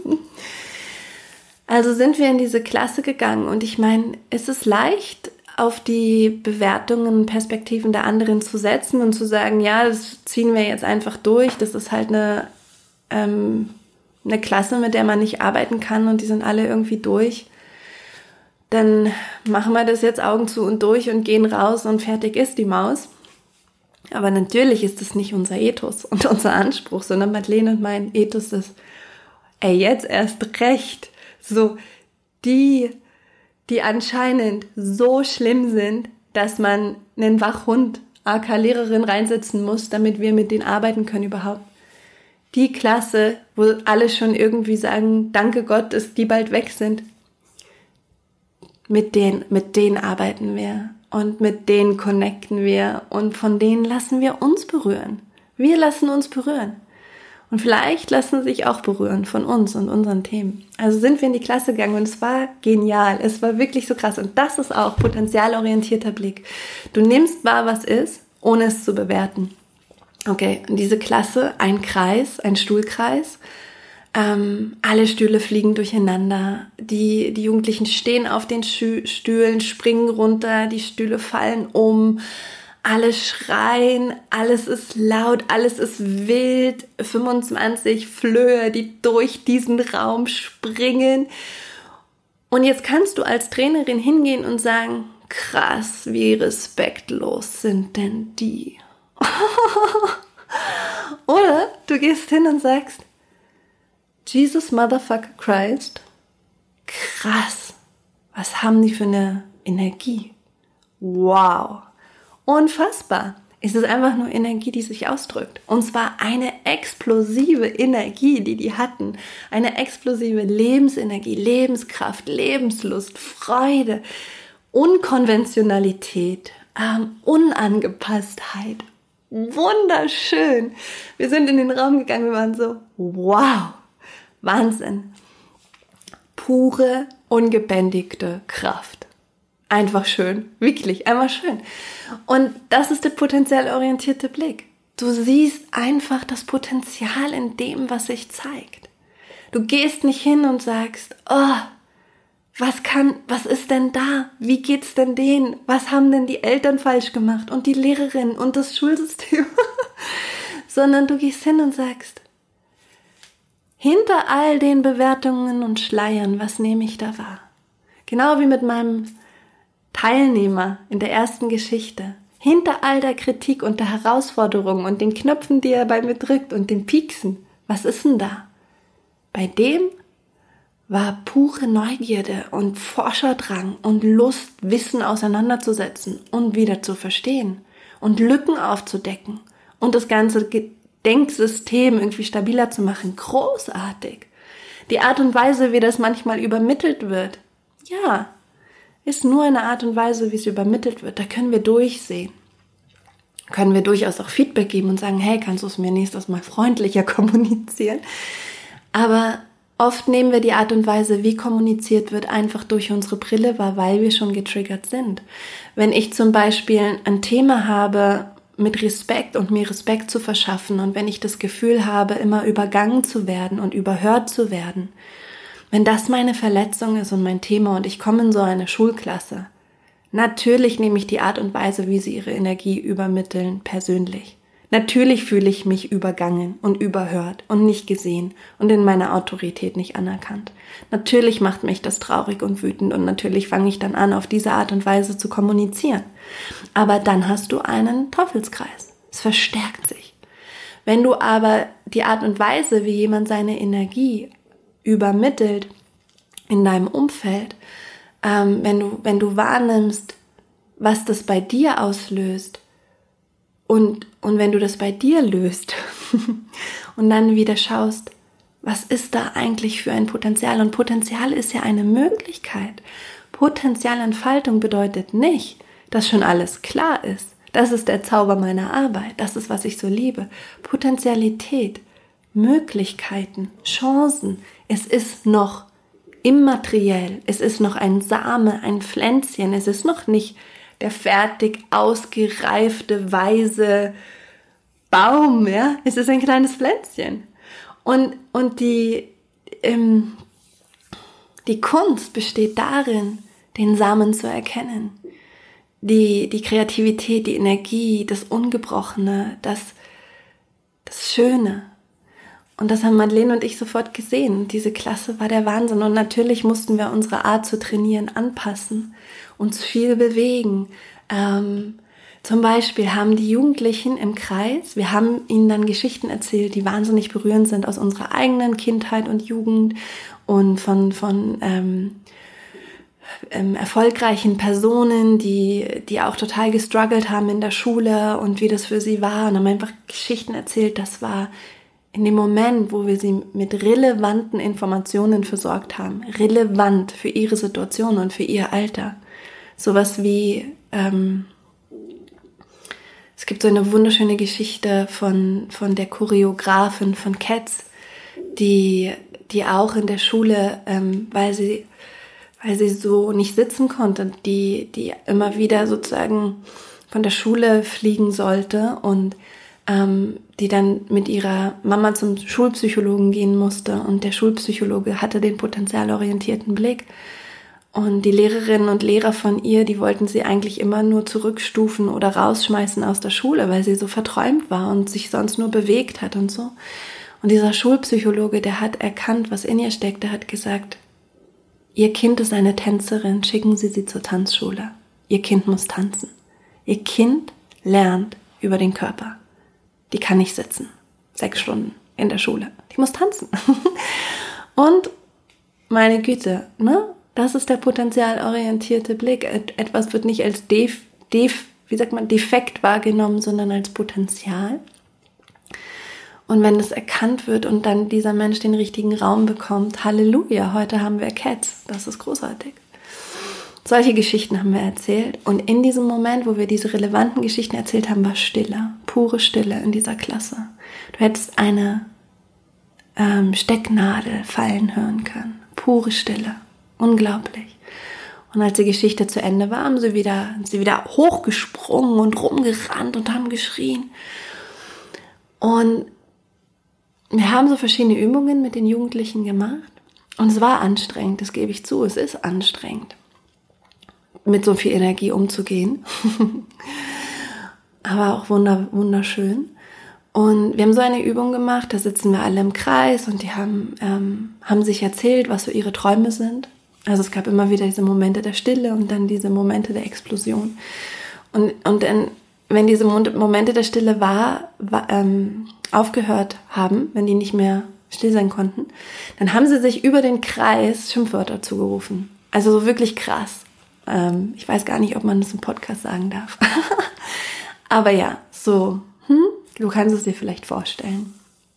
Also sind wir in diese Klasse gegangen und ich meine, es ist leicht, auf die Bewertungen und Perspektiven der anderen zu setzen und zu sagen, ja, das ziehen wir jetzt einfach durch, das ist halt eine, ähm, eine Klasse, mit der man nicht arbeiten kann und die sind alle irgendwie durch. Dann machen wir das jetzt Augen zu und durch und gehen raus und fertig ist die Maus. Aber natürlich ist das nicht unser Ethos und unser Anspruch, sondern Madeleine und mein Ethos ist, ey, jetzt erst recht, so die, die anscheinend so schlimm sind, dass man einen Wachhund, aka Lehrerin, reinsetzen muss, damit wir mit denen arbeiten können überhaupt. Die Klasse, wo alle schon irgendwie sagen, danke Gott, dass die bald weg sind, mit denen, mit denen arbeiten wir und mit denen connecten wir und von denen lassen wir uns berühren. Wir lassen uns berühren. Und vielleicht lassen sie sich auch berühren von uns und unseren Themen. Also sind wir in die Klasse gegangen und es war genial. Es war wirklich so krass. Und das ist auch potenzialorientierter Blick. Du nimmst wahr, was ist, ohne es zu bewerten. Okay, und diese Klasse, ein Kreis, ein Stuhlkreis. Ähm, alle Stühle fliegen durcheinander. Die, die Jugendlichen stehen auf den Schü- Stühlen, springen runter, die Stühle fallen um. Alle schreien, alles ist laut, alles ist wild. fünfundzwanzig Flöhe, die durch diesen Raum springen. Und jetzt kannst du als Trainerin hingehen und sagen, krass, wie respektlos sind denn die? Oder du gehst hin und sagst, Jesus Motherfucker Christ, krass, was haben die für eine Energie? Wow, unfassbar. Es ist einfach nur Energie, die sich ausdrückt. Und zwar eine explosive Energie, die die hatten. Eine explosive Lebensenergie, Lebenskraft, Lebenslust, Freude, Unkonventionalität, ähm, Unangepasstheit. Wunderschön. Wir sind in den Raum gegangen, wir waren so, wow. Wahnsinn. Pure, ungebändigte Kraft. Einfach schön. Wirklich, einfach schön. Und das ist der potenziell orientierte Blick. Du siehst einfach das Potenzial in dem, was sich zeigt. Du gehst nicht hin und sagst, oh, was kann, was ist denn da? Wie geht's denn denen? Was haben denn die Eltern falsch gemacht? Und die Lehrerin und das Schulsystem? Sondern du gehst hin und sagst, hinter all den Bewertungen und Schleiern, was nehme ich da wahr? Genau wie mit meinem Teilnehmer in der ersten Geschichte. Hinter all der Kritik und der Herausforderungen und den Knöpfen, die er bei mir drückt und den Pieksen, was ist denn da? Bei dem war pure Neugierde und Forscherdrang und Lust, Wissen auseinanderzusetzen und wieder zu verstehen und Lücken aufzudecken und das ganze Denksystem irgendwie stabiler zu machen. Großartig. Die Art und Weise, wie das manchmal übermittelt wird, ja, ist nur eine Art und Weise, wie es übermittelt wird. Da können wir durchsehen. Können wir durchaus auch Feedback geben und sagen, hey, kannst du es mir nächstes Mal freundlicher kommunizieren? Aber oft nehmen wir die Art und Weise, wie kommuniziert wird, einfach durch unsere Brille wahr, weil wir schon getriggert sind. Wenn ich zum Beispiel ein Thema habe, mit Respekt und mir Respekt zu verschaffen und wenn ich das Gefühl habe, immer übergangen zu werden und überhört zu werden, wenn das meine Verletzung ist und mein Thema und ich komme in so eine Schulklasse, natürlich nehme ich die Art und Weise, wie sie ihre Energie übermitteln, persönlich. Natürlich fühle ich mich übergangen und überhört und nicht gesehen und in meiner Autorität nicht anerkannt. Natürlich macht mich das traurig und wütend und natürlich fange ich dann an, auf diese Art und Weise zu kommunizieren. Aber dann hast du einen Teufelskreis. Es verstärkt sich. Wenn du aber die Art und Weise, wie jemand seine Energie übermittelt in deinem Umfeld, ähm, wenn du, wenn du wahrnimmst, was das bei dir auslöst, Und, und wenn du das bei dir löst und dann wieder schaust, was ist da eigentlich für ein Potenzial? Und Potenzial ist ja eine Möglichkeit. Potenzialentfaltung bedeutet nicht, dass schon alles klar ist. Das ist der Zauber meiner Arbeit. Das ist, was ich so liebe. Potenzialität, Möglichkeiten, Chancen. Es ist noch immateriell. Es ist noch ein Same, ein Pflänzchen. Es ist noch nicht der fertig ausgereifte, weise Baum, ja. Es ist ein kleines Pflänzchen. Und, und die, ähm, die Kunst besteht darin, den Samen zu erkennen. Die, die Kreativität, die Energie, das Ungebrochene, das, das Schöne. Und das haben Madeleine und ich sofort gesehen. Diese Klasse war der Wahnsinn. Und natürlich mussten wir unsere Art zu trainieren anpassen, uns viel bewegen. Ähm, zum Beispiel haben die Jugendlichen im Kreis, wir haben ihnen dann Geschichten erzählt, die wahnsinnig berührend sind aus unserer eigenen Kindheit und Jugend und von, von ähm, ähm, erfolgreichen Personen, die, die auch total gestruggelt haben in der Schule und wie das für sie war. Und haben einfach Geschichten erzählt, das war in dem Moment, wo wir sie mit relevanten Informationen versorgt haben, relevant für ihre Situation und für ihr Alter. Sowas wie, ähm, es gibt so eine wunderschöne Geschichte von, von der Choreografin von Cats, die, die auch in der Schule, ähm, weil sie, weil sie so nicht sitzen konnte, die, die immer wieder sozusagen von der Schule fliegen sollte und ähm, die dann mit ihrer Mama zum Schulpsychologen gehen musste und der Schulpsychologe hatte den potenzialorientierten Blick und die Lehrerinnen und Lehrer von ihr, die wollten sie eigentlich immer nur zurückstufen oder rausschmeißen aus der Schule, weil sie so verträumt war und sich sonst nur bewegt hat und so. Und dieser Schulpsychologe, der hat erkannt, was in ihr steckt, der hat gesagt, ihr Kind ist eine Tänzerin, schicken Sie sie zur Tanzschule. Ihr Kind muss tanzen. Ihr Kind lernt über den Körper. Die kann nicht sitzen, sechs Stunden in der Schule. Die muss tanzen. Und meine Güte, ne? Das ist der potenzialorientierte Blick. Etwas wird nicht als def, def, wie sagt man, defekt wahrgenommen, sondern als Potenzial. Und wenn das erkannt wird und dann dieser Mensch den richtigen Raum bekommt, Halleluja, heute haben wir Cats. Das ist großartig. Solche Geschichten haben wir erzählt. Und in diesem Moment, wo wir diese relevanten Geschichten erzählt haben, war Stille, pure Stille in dieser Klasse. Du hättest eine ähm, Stecknadel fallen hören können. Pure Stille. Unglaublich. Und als die Geschichte zu Ende war, haben sie wieder, haben sie wieder hochgesprungen und rumgerannt und haben geschrien. Und wir haben so verschiedene Übungen mit den Jugendlichen gemacht. Und es war anstrengend, das gebe ich zu. Es ist anstrengend, mit so viel Energie umzugehen. Aber auch wunder, wunderschön. Und wir haben so eine Übung gemacht, da sitzen wir alle im Kreis und die haben, ähm, haben sich erzählt, was so ihre Träume sind. Also es gab immer wieder diese Momente der Stille und dann diese Momente der Explosion. Und, und dann, wenn diese Momente der Stille war, war ähm, aufgehört haben, wenn die nicht mehr still sein konnten, dann haben sie sich über den Kreis Schimpfwörter zugerufen. Also so wirklich krass. Ähm, ich weiß gar nicht, ob man das im Podcast sagen darf. Aber ja, so, hm, du kannst es dir vielleicht vorstellen.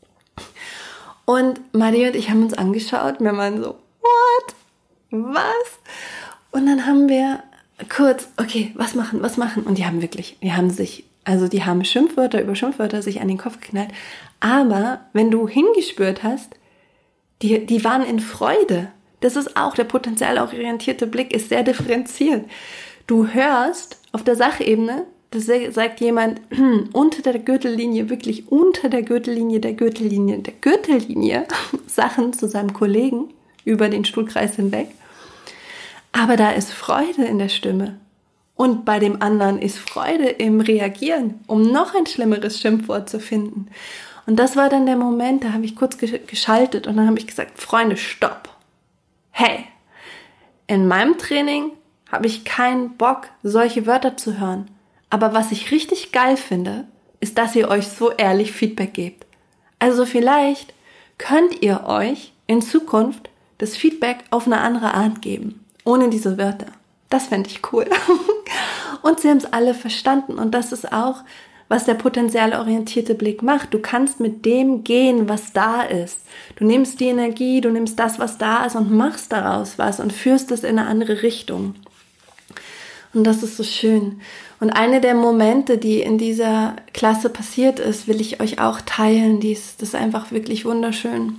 Und Madi und ich haben uns angeschaut, wir waren so, what? Was? Und dann haben wir kurz, okay, was machen, was machen? Und die haben wirklich, die haben sich, also die haben Schimpfwörter über Schimpfwörter sich an den Kopf geknallt. Aber wenn du hingespürt hast, die, die waren in Freude. Das ist auch, der potenzialorientierte Blick ist sehr differenziert. Du hörst auf der Sachebene, das sagt jemand unter der Gürtellinie, wirklich unter der Gürtellinie, der Gürtellinie, der Gürtellinie, Sachen zu seinem Kollegen über den Stuhlkreis hinweg. Aber da ist Freude in der Stimme. Und bei dem anderen ist Freude im Reagieren, um noch ein schlimmeres Schimpfwort zu finden. Und das war dann der Moment, da habe ich kurz geschaltet und dann habe ich gesagt, Freunde, stopp. Hey, in meinem Training habe ich keinen Bock, solche Wörter zu hören. Aber was ich richtig geil finde, ist, dass ihr euch so ehrlich Feedback gebt. Also vielleicht könnt ihr euch in Zukunft das Feedback auf eine andere Art geben, ohne diese Wörter. Das fände ich cool. Und sie haben es alle verstanden. Und das ist auch, was der potenzialorientierte Blick macht. Du kannst mit dem gehen, was da ist. Du nimmst die Energie, du nimmst das, was da ist und machst daraus was und führst es in eine andere Richtung. Und das ist so schön. Und eine der Momente, die in dieser Klasse passiert ist, will ich euch auch teilen. Die ist, das ist einfach wirklich wunderschön.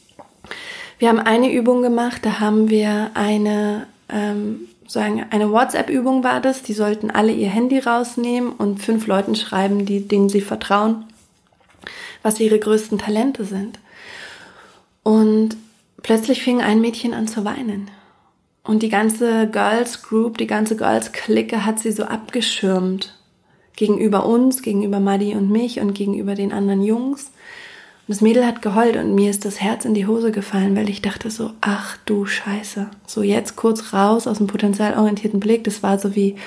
Wir haben eine Übung gemacht, da haben wir eine, ähm, sagen, eine WhatsApp-Übung war das. Die sollten alle ihr Handy rausnehmen und fünf Leuten schreiben, die, denen sie vertrauen, was ihre größten Talente sind. Und plötzlich fing ein Mädchen an zu weinen. Und die ganze Girls Group, die ganze Girls Clique hat sie so abgeschirmt. Gegenüber uns, gegenüber Madi und mich und gegenüber den anderen Jungs. Und das Mädel hat geheult und mir ist das Herz in die Hose gefallen, weil ich dachte so, ach du Scheiße. So jetzt kurz raus aus dem potenzialorientierten Blick. Das war so wie,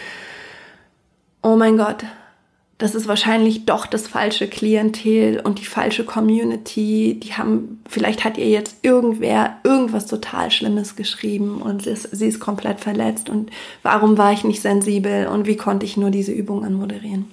oh mein Gott, das ist wahrscheinlich doch das falsche Klientel und die falsche Community. Die haben, vielleicht hat ihr jetzt irgendwer irgendwas total Schlimmes geschrieben und sie ist, sie ist komplett verletzt. Und warum war ich nicht sensibel und wie konnte ich nur diese Übung anmoderieren?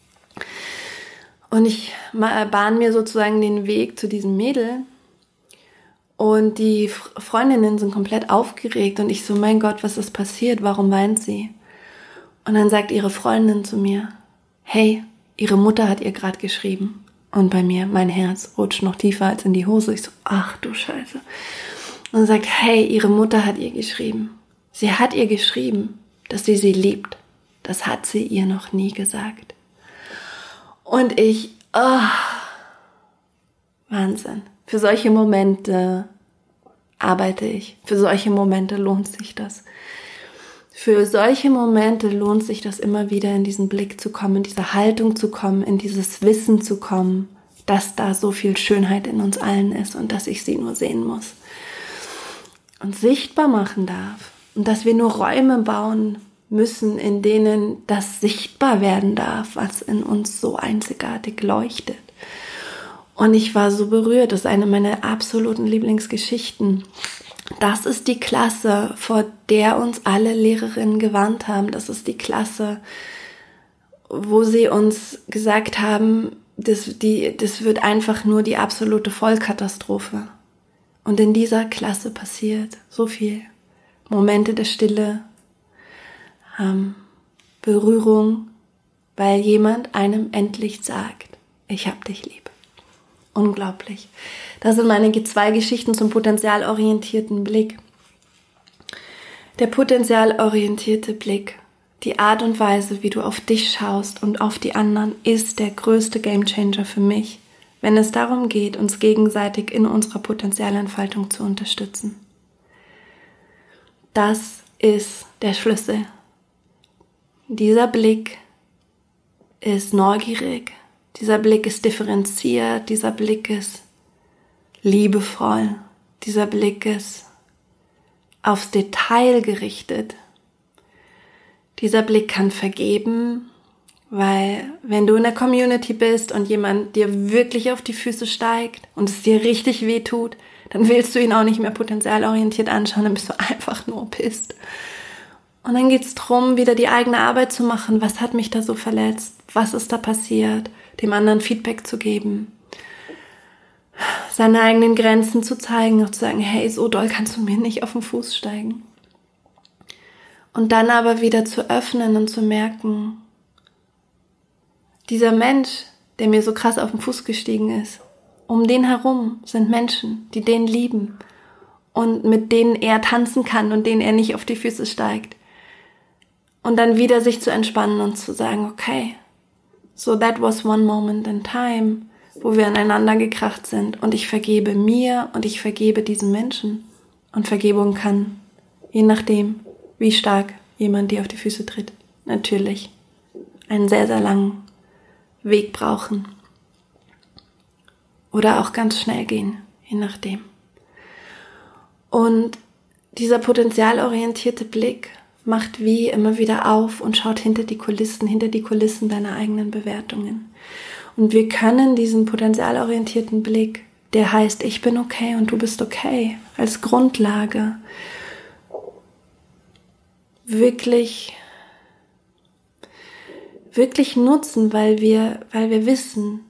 Und ich bahn mir sozusagen den Weg zu diesem Mädel und die Freundinnen sind komplett aufgeregt und ich so, mein Gott, was ist passiert? Warum weint sie? Und dann sagt ihre Freundin zu mir, hey, ihre Mutter hat ihr gerade geschrieben. Und bei mir, mein Herz rutscht noch tiefer als in die Hose. Ich so, ach du Scheiße. Und dann sagt, hey, ihre Mutter hat ihr geschrieben. Sie hat ihr geschrieben, dass sie sie liebt. Das hat sie ihr noch nie gesagt. Und ich Oh, Wahnsinn. Für solche Momente arbeite ich. Für solche Momente lohnt sich das. Für solche Momente lohnt sich das immer wieder, in diesen Blick zu kommen, in diese Haltung zu kommen, in dieses Wissen zu kommen, dass da so viel Schönheit in uns allen ist und dass ich sie nur sehen muss und sichtbar machen darf. Und dass wir nur Räume bauen müssen, in denen das sichtbar werden darf, was in uns so einzigartig leuchtet. Und ich war so berührt, das ist eine meiner absoluten Lieblingsgeschichten. Das ist die Klasse, vor der uns alle Lehrerinnen gewarnt haben. Das ist die Klasse, wo sie uns gesagt haben, das, die, das wird einfach nur die absolute Vollkatastrophe. Und in dieser Klasse passiert so viel. Momente der Stille, ähm, Berührung, weil jemand einem endlich sagt, ich hab dich lieb. Unglaublich. Das sind meine zwei Geschichten zum potenzialorientierten Blick. Der potenzialorientierte Blick, die Art und Weise, wie du auf dich schaust und auf die anderen, ist der größte Gamechanger für mich, wenn es darum geht, uns gegenseitig in unserer Potenzialentfaltung zu unterstützen. Das ist der Schlüssel. Dieser Blick ist neugierig, dieser Blick ist differenziert, dieser Blick ist liebevoll, dieser Blick ist aufs Detail gerichtet. Dieser Blick kann vergeben, weil wenn du in der Community bist und jemand dir wirklich auf die Füße steigt und es dir richtig weh tut, dann willst du ihn auch nicht mehr potenzialorientiert anschauen, dann bist du einfach nur pisst. Und dann geht's drum, wieder die eigene Arbeit zu machen. Was hat mich da so verletzt? Was ist da passiert? Dem anderen Feedback zu geben. Seine eigenen Grenzen zu zeigen, auch zu sagen, hey, so doll kannst du mir nicht auf den Fuß steigen. Und dann aber wieder zu öffnen und zu merken, dieser Mensch, der mir so krass auf den Fuß gestiegen ist, um den herum sind Menschen, die den lieben und mit denen er tanzen kann und denen er nicht auf die Füße steigt. Und dann wieder sich zu entspannen und zu sagen, okay, so that was one moment in time, wo wir aneinander gekracht sind und ich vergebe mir und ich vergebe diesen Menschen. Und Vergebung kann, je nachdem, wie stark jemand dir auf die Füße tritt, natürlich einen sehr, sehr langen Weg brauchen. Oder auch ganz schnell gehen, je nachdem. Und dieser potenzialorientierte Blick macht wie immer wieder auf und schaut hinter die Kulissen, hinter die Kulissen deiner eigenen Bewertungen. Und wir können diesen potenzialorientierten Blick, der heißt, ich bin okay und du bist okay, als Grundlage wirklich, wirklich nutzen, weil wir, weil wir wissen,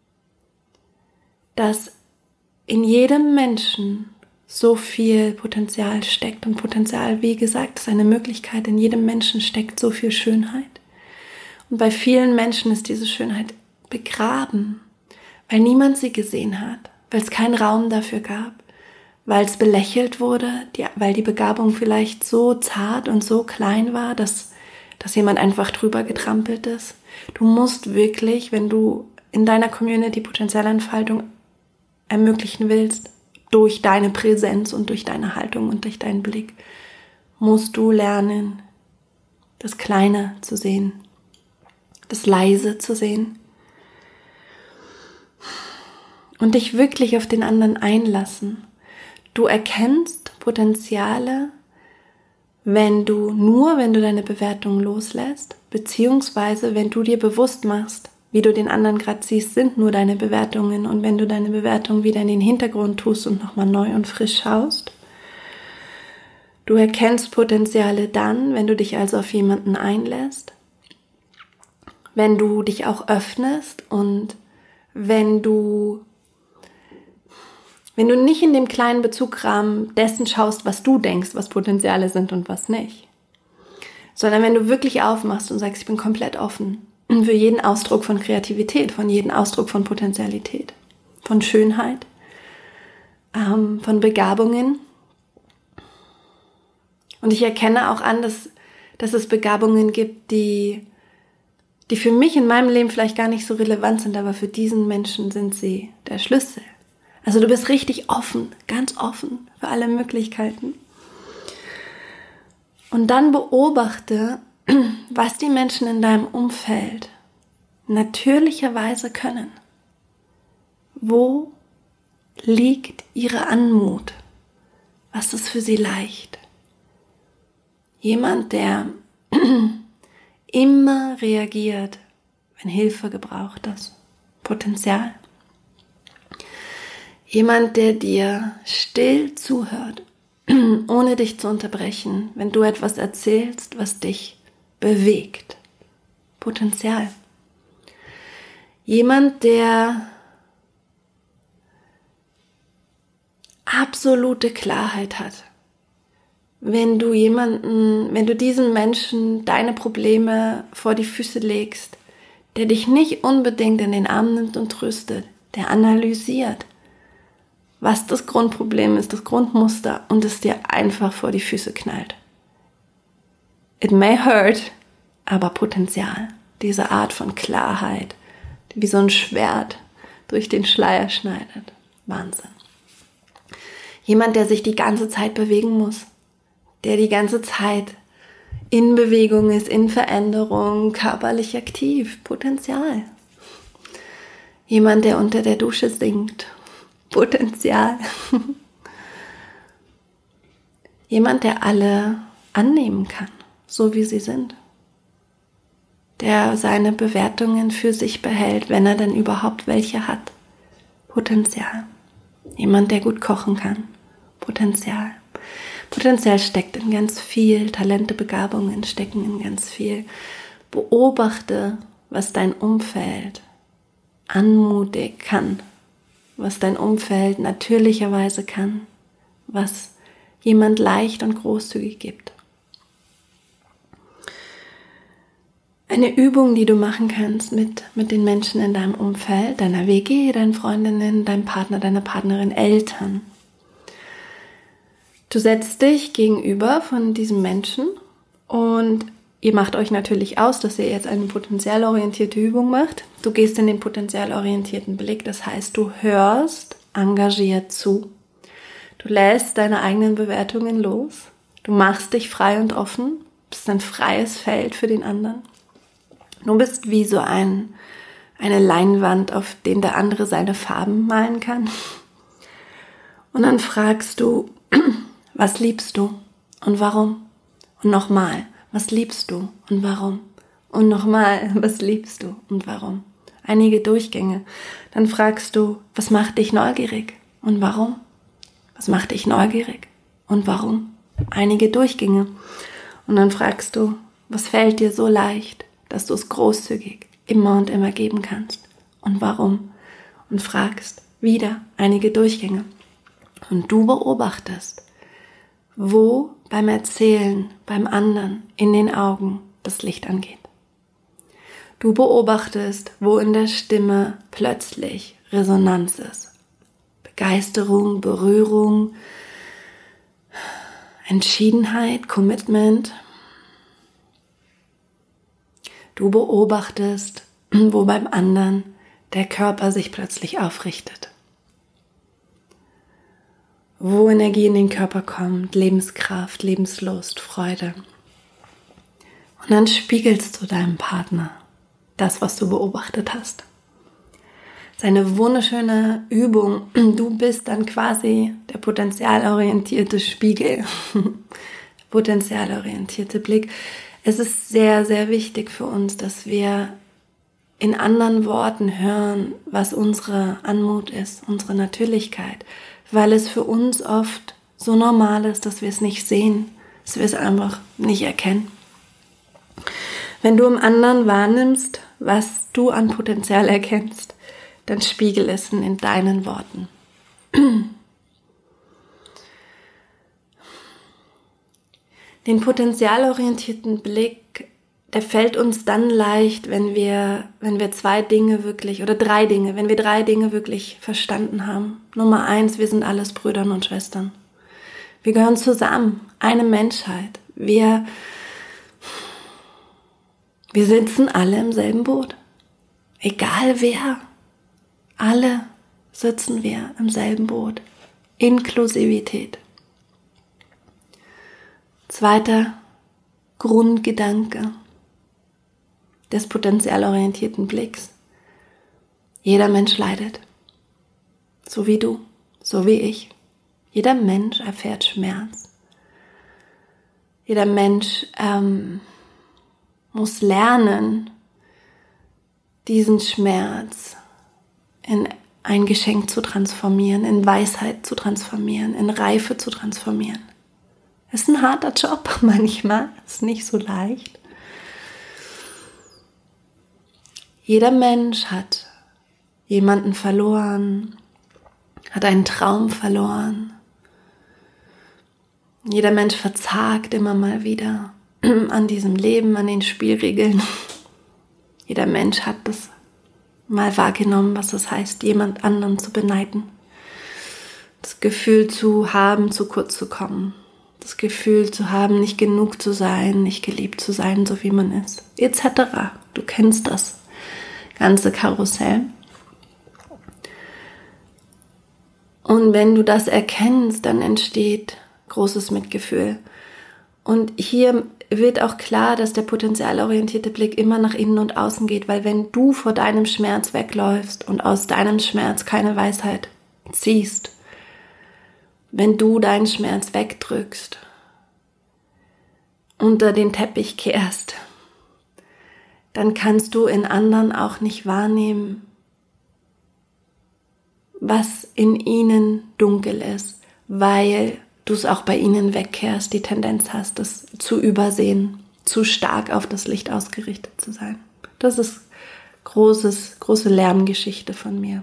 dass in jedem Menschen so viel Potenzial steckt. Und Potenzial, wie gesagt, ist eine Möglichkeit. In jedem Menschen steckt so viel Schönheit. Und bei vielen Menschen ist diese Schönheit begraben, weil niemand sie gesehen hat, weil es keinen Raum dafür gab, weil es belächelt wurde, die, weil die Begabung vielleicht so zart und so klein war, dass, dass jemand einfach drüber getrampelt ist. Du musst wirklich, wenn du in deiner Community Potenzialentfaltung ermöglichen willst, durch deine Präsenz und durch deine Haltung und durch deinen Blick, musst du lernen, das Kleine zu sehen, das Leise zu sehen und dich wirklich auf den anderen einlassen. Du erkennst Potenziale, wenn du nur, wenn du deine Bewertung loslässt, beziehungsweise wenn du dir bewusst machst, wie du den anderen gerade siehst, sind nur deine Bewertungen. Und wenn du deine Bewertung wieder in den Hintergrund tust und nochmal neu und frisch schaust, du erkennst Potenziale dann, wenn du dich also auf jemanden einlässt, wenn du dich auch öffnest und wenn du, wenn du nicht in dem kleinen Bezugrahmen dessen schaust, was du denkst, was Potenziale sind und was nicht, sondern wenn du wirklich aufmachst und sagst, ich bin komplett offen für jeden Ausdruck von Kreativität, von jedem Ausdruck von Potenzialität, von Schönheit, ähm, von Begabungen. Und ich erkenne auch an, dass, dass es Begabungen gibt, die, die für mich in meinem Leben vielleicht gar nicht so relevant sind, aber für diesen Menschen sind sie der Schlüssel. Also du bist richtig offen, ganz offen für alle Möglichkeiten. Und dann beobachte, was die Menschen in deinem Umfeld natürlicherweise können. Wo liegt ihre Anmut? Was ist für sie leicht? Jemand, der immer reagiert, wenn Hilfe gebraucht ist. Potenzial. Jemand, der dir still zuhört, ohne dich zu unterbrechen, wenn du etwas erzählst, was dich bewegt. Potenzial. Jemand, der absolute Klarheit hat. Wenn du jemanden, wenn du diesen Menschen deine Probleme vor die Füße legst, der dich nicht unbedingt in den Arm nimmt und tröstet, der analysiert, was das Grundproblem ist, das Grundmuster und es dir einfach vor die Füße knallt. It may hurt, aber Potenzial, diese Art von Klarheit, die wie so ein Schwert durch den Schleier schneidet. Wahnsinn. Jemand, der sich die ganze Zeit bewegen muss, der die ganze Zeit in Bewegung ist, in Veränderung, körperlich aktiv, Potenzial. Jemand, der unter der Dusche singt, Potenzial. Jemand, der alle annehmen kann, so wie sie sind. Der seine Bewertungen für sich behält, wenn er denn überhaupt welche hat. Potenzial. Jemand, der gut kochen kann. Potenzial. Potenzial steckt in ganz viel, Talente, Begabungen stecken in ganz viel. Beobachte, was dein Umfeld anmutig kann, was dein Umfeld natürlicherweise kann, was jemand leicht und großzügig gibt. Eine Übung, die du machen kannst mit, mit den Menschen in deinem Umfeld, deiner W G, deinen Freundinnen, deinem Partner, deiner Partnerin, Eltern. Du setzt dich gegenüber von diesem Menschen und ihr macht euch natürlich aus, dass ihr jetzt eine potenzialorientierte Übung macht. Du gehst in den potenzialorientierten Blick, das heißt, du hörst engagiert zu. Du lässt deine eigenen Bewertungen los. Du machst dich frei und offen, bist ein freies Feld für den anderen. Du bist wie so ein, eine Leinwand, auf den der andere seine Farben malen kann. Und dann fragst du, was liebst du und warum? Und nochmal, was liebst du und warum? Und nochmal, was liebst du und warum? Einige Durchgänge. Dann fragst du, was macht dich neugierig und warum? Was macht dich neugierig und warum? Einige Durchgänge. Und dann fragst du, was fällt dir so leicht, dass du es großzügig immer und immer geben kannst und warum? Und fragst wieder einige Durchgänge. Und du beobachtest, wo beim Erzählen, beim anderen, in den Augen das Licht angeht. Du beobachtest, wo in der Stimme plötzlich Resonanz ist. Begeisterung, Berührung, Entschiedenheit, Commitment. Du beobachtest, wo beim anderen der Körper sich plötzlich aufrichtet. Wo Energie in den Körper kommt, Lebenskraft, Lebenslust, Freude. Und dann spiegelst du deinem Partner das, was du beobachtet hast. Das ist eine wunderschöne Übung. Du bist dann quasi der potenzialorientierte Spiegel. Potenzialorientierte Blick. Es ist sehr, sehr wichtig für uns, dass wir in anderen Worten hören, was unsere Anmut ist, unsere Natürlichkeit, weil es für uns oft so normal ist, dass wir es nicht sehen, dass wir es einfach nicht erkennen. Wenn du im anderen wahrnimmst, was du an Potenzial erkennst, dann spiegel es in deinen Worten. Den potenzialorientierten Blick, der fällt uns dann leicht, wenn wir, wenn wir zwei Dinge wirklich, oder drei Dinge, wenn wir drei Dinge wirklich verstanden haben. Nummer eins, wir sind alles Brüder und Schwestern. Wir gehören zusammen, eine Menschheit. Wir, Wir sitzen alle im selben Boot. Egal wer. Alle sitzen wir im selben Boot. Inklusivität. Zweiter Grundgedanke des potenzialorientierten Blicks. Jeder Mensch leidet. So wie du, so wie ich. Jeder Mensch erfährt Schmerz. Jeder Mensch ähm, muss lernen, diesen Schmerz in ein Geschenk zu transformieren, in Weisheit zu transformieren, in Reife zu transformieren. Ist ein harter Job manchmal, ist nicht so leicht. Jeder Mensch hat jemanden verloren, hat einen Traum verloren. Jeder Mensch verzagt immer mal wieder an diesem Leben, an den Spielregeln. Jeder Mensch hat das mal wahrgenommen, was es heißt, jemand anderen zu beneiden. Das Gefühl zu haben, zu kurz zu kommen. Das Gefühl zu haben, nicht genug zu sein, nicht geliebt zu sein, so wie man ist. et cetera. Du kennst das ganze Karussell. Und wenn du das erkennst, dann entsteht großes Mitgefühl. Und hier wird auch klar, dass der potenzialorientierte Blick immer nach innen und außen geht, weil wenn du vor deinem Schmerz wegläufst und aus deinem Schmerz keine Weisheit ziehst, wenn du deinen Schmerz wegdrückst, unter den Teppich kehrst, dann kannst du in anderen auch nicht wahrnehmen, was in ihnen dunkel ist, weil du es auch bei ihnen wegkehrst, die Tendenz hast, das zu übersehen, zu stark auf das Licht ausgerichtet zu sein. Das ist großes, große Lerngeschichte von mir.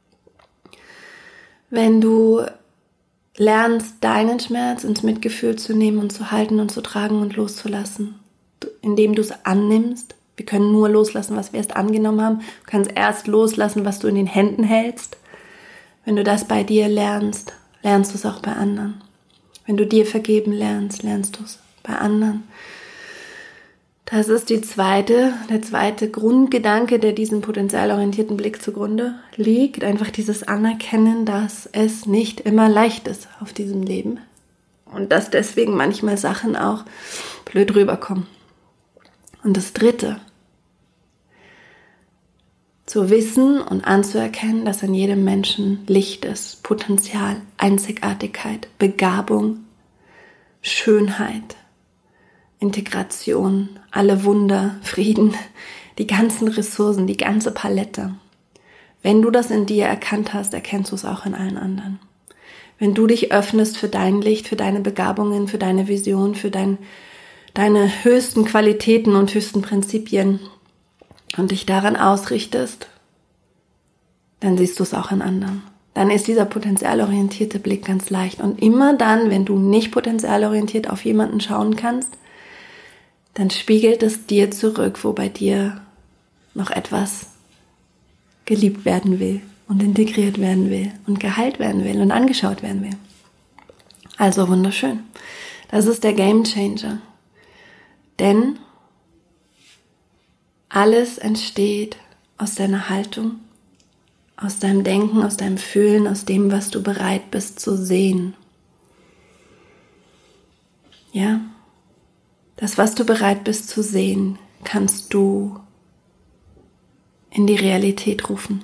Wenn du lernst, deinen Schmerz ins Mitgefühl zu nehmen und zu halten und zu tragen und loszulassen, indem du es annimmst. Wir können nur loslassen, was wir erst angenommen haben. Du kannst erst loslassen, was du in den Händen hältst. Wenn du das bei dir lernst, lernst du es auch bei anderen. Wenn du dir vergeben lernst, lernst du es bei anderen. Das ist die zweite, der zweite Grundgedanke, der diesem potenzialorientierten Blick zugrunde liegt. Einfach dieses Anerkennen, dass es nicht immer leicht ist auf diesem Leben. Und dass deswegen manchmal Sachen auch blöd rüberkommen. Und das dritte, zu wissen und anzuerkennen, dass in jedem Menschen Licht ist, Potenzial, Einzigartigkeit, Begabung, Schönheit, Integration, alle Wunder, Frieden, die ganzen Ressourcen, die ganze Palette. Wenn du das in dir erkannt hast, erkennst du es auch in allen anderen. Wenn du dich öffnest für dein Licht, für deine Begabungen, für deine Vision, für dein, deine höchsten Qualitäten und höchsten Prinzipien und dich daran ausrichtest, dann siehst du es auch in anderen. Dann ist dieser potenzialorientierte Blick ganz leicht. Und immer dann, wenn du nicht potenzialorientiert auf jemanden schauen kannst, dann spiegelt es dir zurück, wo bei dir noch etwas geliebt werden will und integriert werden will und geheilt werden will und angeschaut werden will. Also wunderschön. Das ist der Game Changer. Denn alles entsteht aus deiner Haltung, aus deinem Denken, aus deinem Fühlen, aus dem, was du bereit bist zu sehen. Ja, das, was du bereit bist zu sehen, kannst du in die Realität rufen.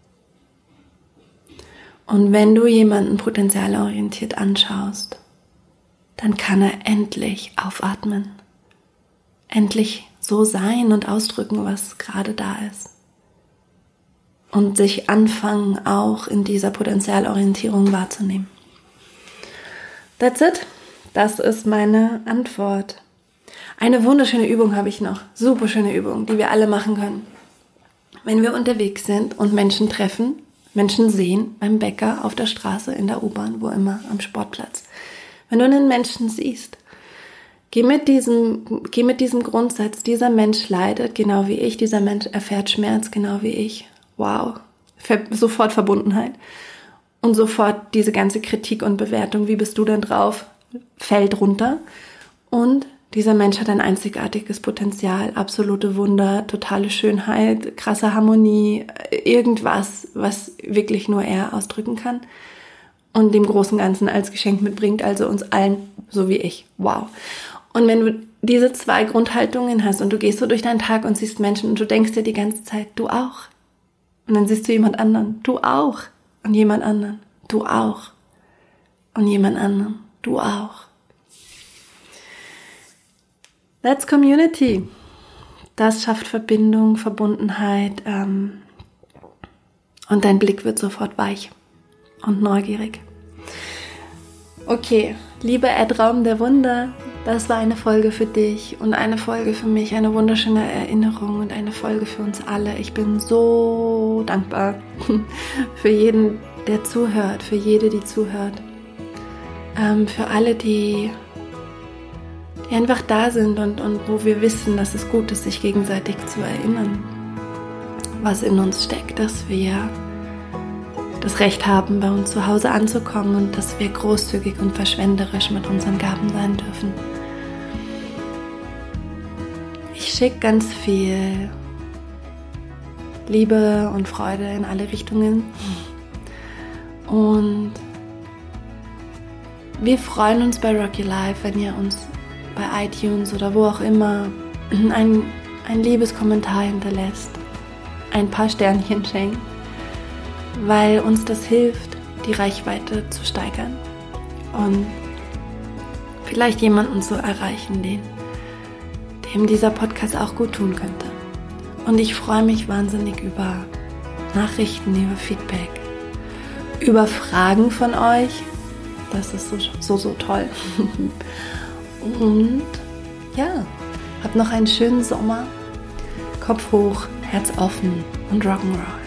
Und wenn du jemanden potenzialorientiert anschaust, dann kann er endlich aufatmen, endlich so sein und ausdrücken, was gerade da ist. Und sich anfangen, auch in dieser Potenzialorientierung wahrzunehmen. That's it. Das ist meine Antwort. Eine wunderschöne Übung habe ich noch. Super schöne Übung, die wir alle machen können. Wenn wir unterwegs sind und Menschen treffen, Menschen sehen, beim Bäcker, auf der Straße, in der U-Bahn, wo immer, am Sportplatz. Wenn du einen Menschen siehst, geh mit diesem, geh mit diesem Grundsatz, dieser Mensch leidet, genau wie ich, dieser Mensch erfährt Schmerz, genau wie ich. Wow, sofort Verbundenheit und sofort diese ganze Kritik und Bewertung, wie bist du denn drauf, fällt runter und dieser Mensch hat ein einzigartiges Potenzial, absolute Wunder, totale Schönheit, krasse Harmonie, irgendwas, was wirklich nur er ausdrücken kann und dem großen Ganzen als Geschenk mitbringt, also uns allen, so wie ich. Wow. Und wenn du diese zwei Grundhaltungen hast und du gehst so durch deinen Tag und siehst Menschen und du denkst dir die ganze Zeit, du auch. Und dann siehst du jemand anderen, du auch. Und jemand anderen, du auch. Und jemand anderen, du auch. That's Community. Das schafft Verbindung, Verbundenheit ähm, und dein Blick wird sofort weich und neugierig. Okay, lieber Erdraum der Wunder, das war eine Folge für dich und eine Folge für mich, eine wunderschöne Erinnerung und eine Folge für uns alle. Ich bin so dankbar für jeden, der zuhört, für jede, die zuhört, ähm, für alle, die die einfach da sind und, und wo wir wissen, dass es gut ist, sich gegenseitig zu erinnern, was in uns steckt, dass wir das Recht haben, bei uns zu Hause anzukommen und dass wir großzügig und verschwenderisch mit unseren Gaben sein dürfen. Ich schicke ganz viel Liebe und Freude in alle Richtungen und wir freuen uns bei Rock Your Life, wenn ihr uns bei iTunes oder wo auch immer ein, ein liebes Kommentar hinterlässt, ein paar Sternchen schenkt, weil uns das hilft, die Reichweite zu steigern und vielleicht jemanden zu erreichen, den, dem dieser Podcast auch gut tun könnte. Und ich freue mich wahnsinnig über Nachrichten, über Feedback, über Fragen von euch. Das ist so, so, so toll. Und ja, habt noch einen schönen Sommer. Kopf hoch, Herz offen und Rock'n'Roll.